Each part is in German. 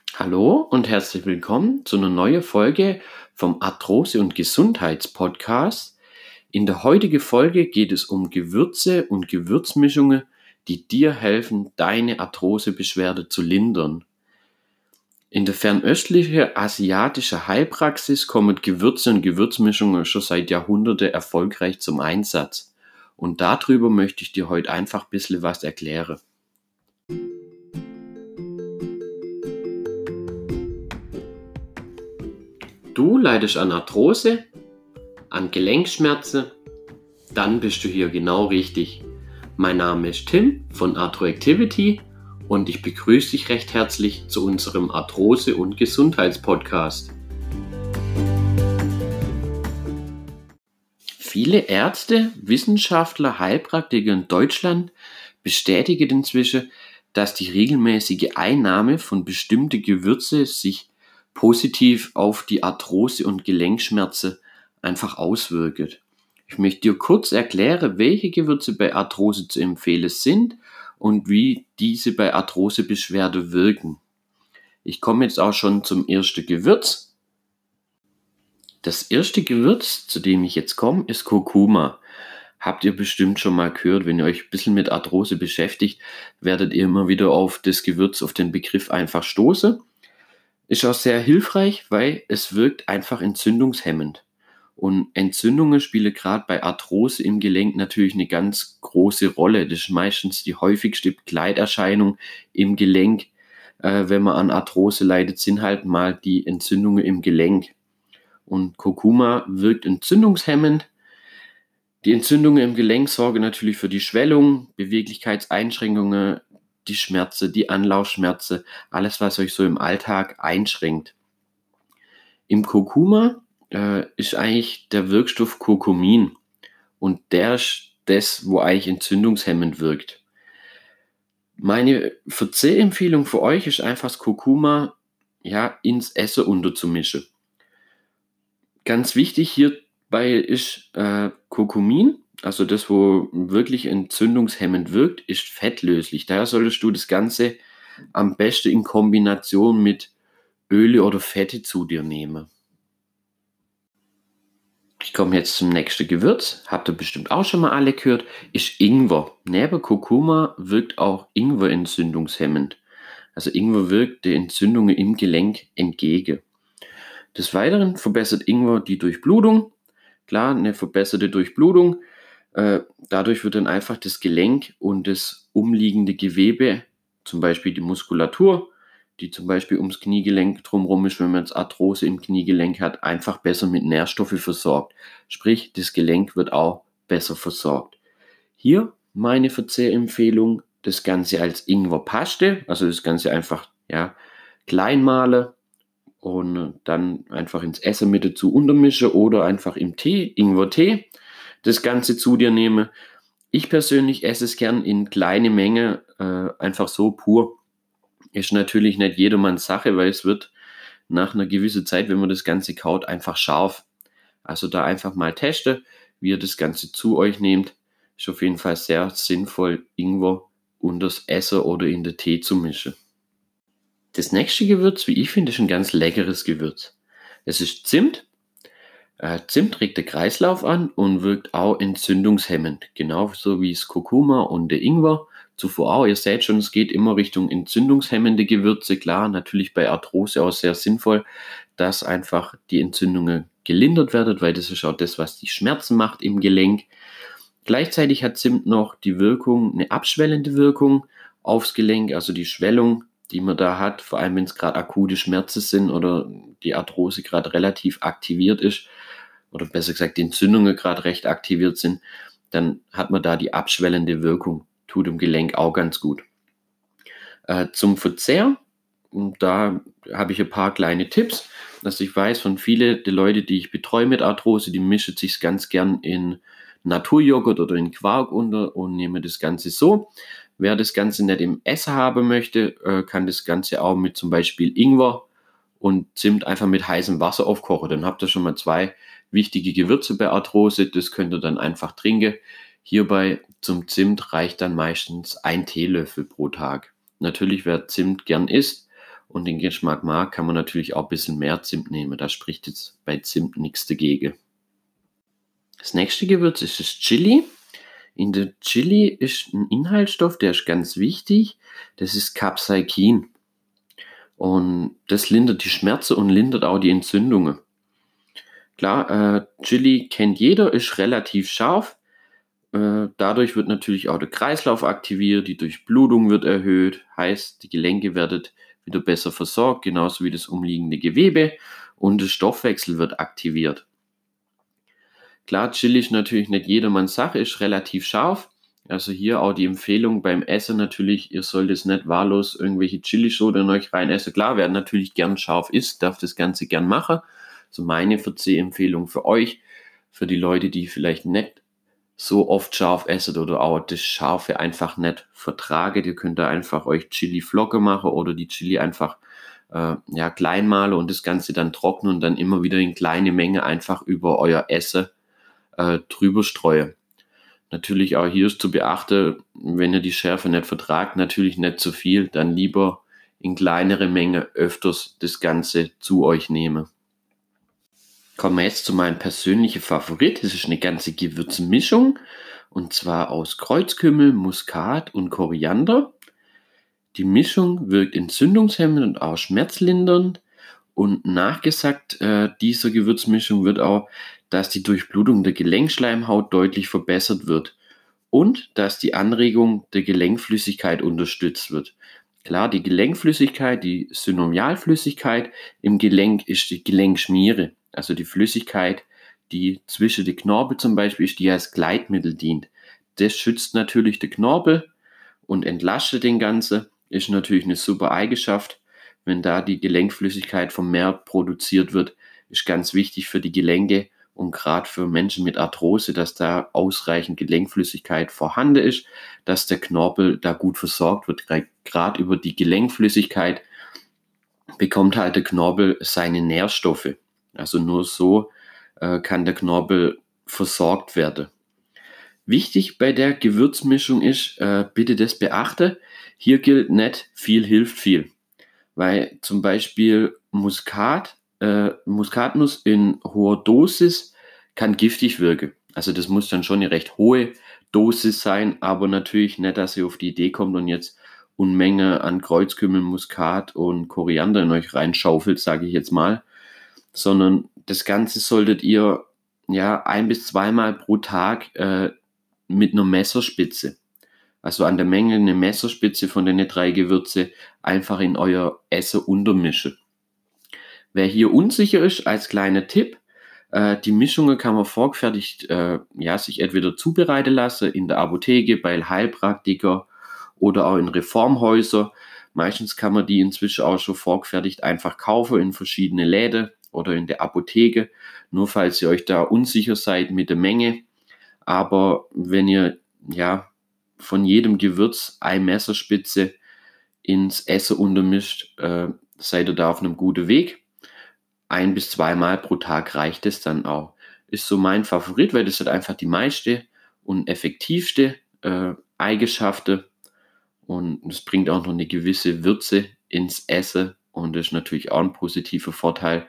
Hallo und herzlich willkommen zu einer neuen Folge vom Arthrose- und Gesundheitspodcast. In der heutigen Folge geht es um Gewürze und Gewürzmischungen, die dir helfen, deine Arthrosebeschwerde zu lindern. In der fernöstlichen asiatischen Heilpraxis kommen Gewürze und Gewürzmischungen schon seit Jahrhunderten erfolgreich zum Einsatz. Und darüber möchte ich dir heute einfach ein bisschen was erklären. Du leidest an Arthrose, an Gelenkschmerzen, dann bist du hier genau richtig. Mein Name ist Tim von Arthroactivity und ich begrüße dich recht herzlich zu unserem Arthrose- und Gesundheitspodcast. Viele Ärzte, Wissenschaftler, Heilpraktiker in Deutschland bestätigen inzwischen, dass die regelmäßige Einnahme von bestimmten Gewürzen sich positiv auf die Arthrose und Gelenkschmerzen einfach auswirkt. Ich möchte dir kurz erklären, welche Gewürze bei Arthrose zu empfehlen sind und wie diese bei Arthrosebeschwerde wirken. Ich komme jetzt auch schon zum ersten Gewürz. Das erste Gewürz, zu dem ich jetzt komme, ist Kurkuma. Habt ihr bestimmt schon mal gehört, wenn ihr euch ein bisschen mit Arthrose beschäftigt, werdet ihr immer wieder auf das Gewürz, auf den Begriff einfach stoßen. Ist auch sehr hilfreich, weil es wirkt einfach entzündungshemmend. Und Entzündungen spielen gerade bei Arthrose im Gelenk natürlich eine ganz große Rolle. Das ist meistens die häufigste Begleiterscheinung im Gelenk. Wenn man an Arthrose leidet, sind halt mal die Entzündungen im Gelenk. Und Kurkuma wirkt entzündungshemmend. Die Entzündungen im Gelenk sorgen natürlich für die Schwellung, Beweglichkeitseinschränkungen, die Schmerzen, die Anlaufschmerzen, alles, was euch so im Alltag einschränkt. Im Kurkuma ist eigentlich der Wirkstoff Kurkumin und der ist das, wo eigentlich entzündungshemmend wirkt. Meine Verzehrempfehlung für euch ist einfach das Kurkuma ins Essen unterzumischen. Ganz wichtig hierbei ist Kurkumin, also das, wo wirklich entzündungshemmend wirkt, ist fettlöslich. Daher solltest du das Ganze am besten in Kombination mit Öle oder Fette zu dir nehmen. Ich komme jetzt zum nächsten Gewürz. Habt ihr bestimmt auch schon mal alle gehört, ist Ingwer. Neben Kurkuma wirkt auch Ingwer entzündungshemmend. Also Ingwer wirkt den Entzündungen im Gelenk entgegen. Des Weiteren verbessert Ingwer die Durchblutung. Klar, eine verbesserte Durchblutung. Dadurch wird dann einfach das Gelenk und das umliegende Gewebe, zum Beispiel die Muskulatur, die zum Beispiel ums Kniegelenk drumherum ist, wenn man jetzt Arthrose im Kniegelenk hat, einfach besser mit Nährstoffen versorgt. Sprich, das Gelenk wird auch besser versorgt. Hier meine Verzehrempfehlung, das Ganze als Ingwerpaste, also das Ganze einfach klein mahlen und dann einfach ins Essen mit dazu untermischen oder einfach im Tee, Ingwertee, das Ganze zu dir nehmen. Ich persönlich esse es gern in kleine Menge, einfach so pur. Ist natürlich nicht jedermanns Sache, weil es wird nach einer gewissen Zeit, wenn man das Ganze kaut, einfach scharf. Also da einfach mal testen, wie ihr das Ganze zu euch nehmt. Ist auf jeden Fall sehr sinnvoll, Ingwer unter das Essen oder in den Tee zu mischen. Das nächste Gewürz, wie ich finde, ist ein ganz leckeres Gewürz. Es ist Zimt. Zimt regt den Kreislauf an und wirkt auch entzündungshemmend, genauso wie das Kurkuma und der Ingwer. Zuvor auch, ihr seht schon, es geht immer Richtung entzündungshemmende Gewürze. Klar, natürlich bei Arthrose auch sehr sinnvoll, dass einfach die Entzündungen gelindert werden, weil das ist auch das, was die Schmerzen macht im Gelenk. Gleichzeitig hat Zimt noch die Wirkung, eine abschwellende Wirkung aufs Gelenk, also die Schwellung, die man da hat, vor allem wenn es gerade akute Schmerzen sind oder die Arthrose gerade relativ aktiviert ist, oder besser gesagt die Entzündungen gerade recht aktiviert sind, dann hat man da die abschwellende Wirkung. Tut im Gelenk auch ganz gut. Zum Verzehr, da habe ich ein paar kleine Tipps. Also ich weiß von vielen der Leute, die ich betreue mit Arthrose, die mischen sich ganz gern in Naturjoghurt oder in Quark unter und nehmen das Ganze so. Wer das Ganze nicht im Essen haben möchte, kann das Ganze auch mit zum Beispiel Ingwer und Zimt einfach mit heißem Wasser aufkochen. Dann habt ihr schon mal 2 wichtige Gewürze bei Arthrose. Das könnt ihr dann einfach trinken. Hierbei zum Zimt reicht dann meistens 1 Teelöffel pro Tag. Natürlich, wer Zimt gern isst und den Geschmack mag, kann man natürlich auch ein bisschen mehr Zimt nehmen. Da spricht jetzt bei Zimt nichts dagegen. Das nächste Gewürz ist das Chili. In der Chili ist ein Inhaltsstoff, der ist ganz wichtig. Das ist Capsaicin. Und das lindert die Schmerzen und lindert auch die Entzündungen. Klar, Chili kennt jeder, ist relativ scharf. Dadurch wird natürlich auch der Kreislauf aktiviert, die Durchblutung wird erhöht, heißt, die Gelenke werden wieder besser versorgt, genauso wie das umliegende Gewebe, und der Stoffwechsel wird aktiviert. Klar, Chili ist natürlich nicht jedermanns Sache, ist relativ scharf. Also hier auch die Empfehlung beim Essen natürlich, ihr sollt es nicht wahllos irgendwelche Chilischote in euch rein essen. Klar, wer natürlich gern scharf isst, darf das Ganze gern machen. Also meine Verzehrempfehlung für euch, für die Leute, die vielleicht nicht so oft scharf essen oder auch das Scharfe einfach nicht vertragen. Ihr könnt da einfach euch Chili-Flocke machen oder die Chili einfach klein mahlen und das Ganze dann trocknen und dann immer wieder in kleine Menge einfach über euer Essen drüber streue. Natürlich auch hier ist zu beachten, wenn ihr die Schärfe nicht vertragt, natürlich nicht zu viel, dann lieber in kleinere Menge öfters das Ganze zu euch nehmen. Kommen wir jetzt zu meinem persönlichen Favorit. Das ist eine ganze Gewürzmischung und zwar aus Kreuzkümmel, Muskat und Koriander. Die Mischung wirkt entzündungshemmend und auch schmerzlindernd. Und nachgesagt dieser Gewürzmischung wird auch, dass die Durchblutung der Gelenkschleimhaut deutlich verbessert wird und dass die Anregung der Gelenkflüssigkeit unterstützt wird. Klar, die Gelenkflüssigkeit, die Synovialflüssigkeit im Gelenk ist die Gelenkschmiere, also die Flüssigkeit, die zwischen den Knorpel zum Beispiel ist, die als Gleitmittel dient. Das schützt natürlich den Knorpel und entlastet den Ganzen, ist natürlich eine super Eigenschaft. Wenn da die Gelenkflüssigkeit vermehrt produziert wird, ist ganz wichtig für die Gelenke und gerade für Menschen mit Arthrose, dass da ausreichend Gelenkflüssigkeit vorhanden ist, dass der Knorpel da gut versorgt wird. Gerade über die Gelenkflüssigkeit bekommt halt der Knorpel seine Nährstoffe. Also nur so kann der Knorpel versorgt werden. Wichtig bei der Gewürzmischung ist, bitte das beachten, hier gilt nicht, viel hilft viel. Weil zum Beispiel Muskatnuss in hoher Dosis kann giftig wirken. Also das muss dann schon eine recht hohe Dosis sein, aber natürlich nicht, dass ihr auf die Idee kommt und jetzt Unmenge an Kreuzkümmel, Muskat und Koriander in euch reinschaufelt, sage ich jetzt mal, sondern das Ganze solltet ihr 1- bis zweimal pro Tag mit einer Messerspitze, also an der Menge eine Messerspitze von den 3 Gewürze, einfach in euer Essen untermischen. Wer hier unsicher ist, als kleiner Tipp, die Mischungen kann man vorgefertigt sich entweder zubereiten lassen in der Apotheke, bei Heilpraktiker oder auch in Reformhäusern. Meistens kann man die inzwischen auch schon vorgefertigt einfach kaufen in verschiedene Läden oder in der Apotheke, nur falls ihr euch da unsicher seid mit der Menge. Aber wenn ihr von jedem Gewürz eine Messerspitze ins Essen untermischt, seid ihr da auf einem guten Weg. 1- bis zweimal pro Tag reicht es dann auch. Ist so mein Favorit, weil das hat einfach die meiste und effektivste Eigenschaften und es bringt auch noch eine gewisse Würze ins Essen und das ist natürlich auch ein positiver Vorteil.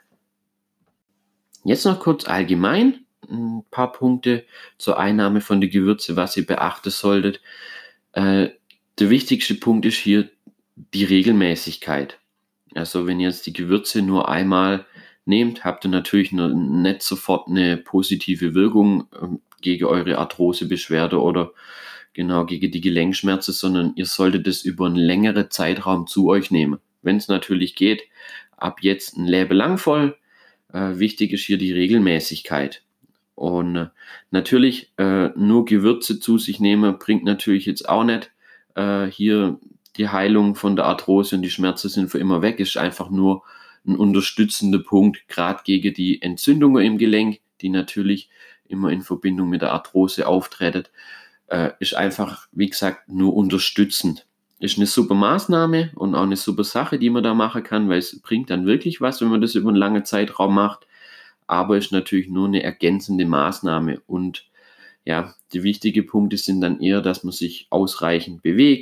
Jetzt noch kurz allgemein ein paar Punkte zur Einnahme von den Gewürzen, was ihr beachten solltet. Der wichtigste Punkt ist hier die Regelmäßigkeit. Also wenn ihr jetzt die Gewürze nur einmal nehmt, habt ihr natürlich nicht sofort eine positive Wirkung gegen eure Arthrosebeschwerde oder genau gegen die Gelenkschmerzen, sondern ihr solltet es über einen längeren Zeitraum zu euch nehmen. Wenn es natürlich geht, ab jetzt ein Leben lang voll. Wichtig ist hier die Regelmäßigkeit. Und natürlich nur Gewürze zu sich nehmen, bringt natürlich jetzt auch nicht hier die Heilung von der Arthrose und die Schmerzen sind für immer weg. Ist einfach nur ein unterstützender Punkt, gerade gegen die Entzündungen im Gelenk, die natürlich immer in Verbindung mit der Arthrose auftreten. Ist einfach, wie gesagt, nur unterstützend. Ist eine super Maßnahme und auch eine super Sache, die man da machen kann, weil es bringt dann wirklich was, wenn man das über einen langen Zeitraum macht. Aber ist natürlich nur eine ergänzende Maßnahme. Und die wichtigen Punkte sind dann eher, dass man sich ausreichend bewegt,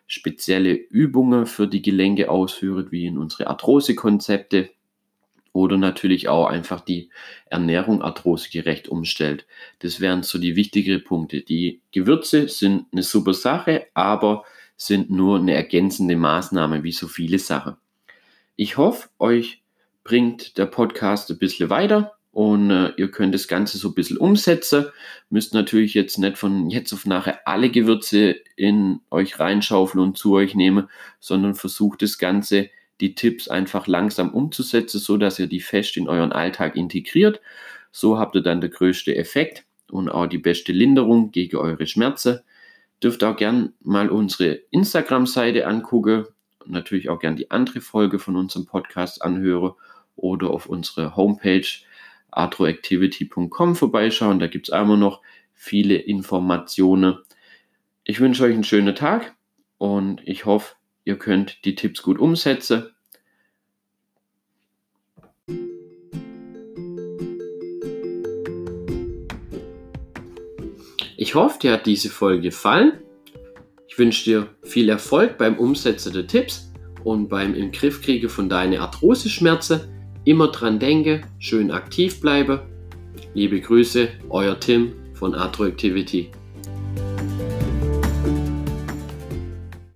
spezielle Übungen für die Gelenke ausführt, wie in unsere Arthrosekonzepte, oder natürlich auch einfach die Ernährung arthrosegerecht umstellt. Das wären so die wichtigeren Punkte. Die Gewürze sind eine super Sache, aber sind nur eine ergänzende Maßnahme, wie so viele Sachen. Ich hoffe, euch bringt der Podcast ein bisschen weiter und ihr könnt das Ganze so ein bisschen umsetzen. Müsst natürlich jetzt nicht von jetzt auf nachher alle Gewürze in euch reinschaufeln und zu euch nehmen, sondern versucht das Ganze, die Tipps einfach langsam umzusetzen, so dass ihr die fest in euren Alltag integriert. So habt ihr dann den größten Effekt und auch die beste Linderung gegen eure Schmerzen. Dürft auch gern mal unsere Instagram-Seite angucken, natürlich auch gern die andere Folge von unserem Podcast anhören oder auf unsere Homepage arthroactivity.com vorbeischauen. Da gibt es immer noch viele Informationen. Ich wünsche euch einen schönen Tag und ich hoffe, ihr könnt die Tipps gut umsetzen. Ich hoffe, dir hat diese Folge gefallen. Ich wünsche dir viel Erfolg beim Umsetzen der Tipps und beim im Griff kriegen von deinen Arthroseschmerzen. Immer dran denken, schön aktiv bleiben. Liebe Grüße, euer Tim von Arthroactivity.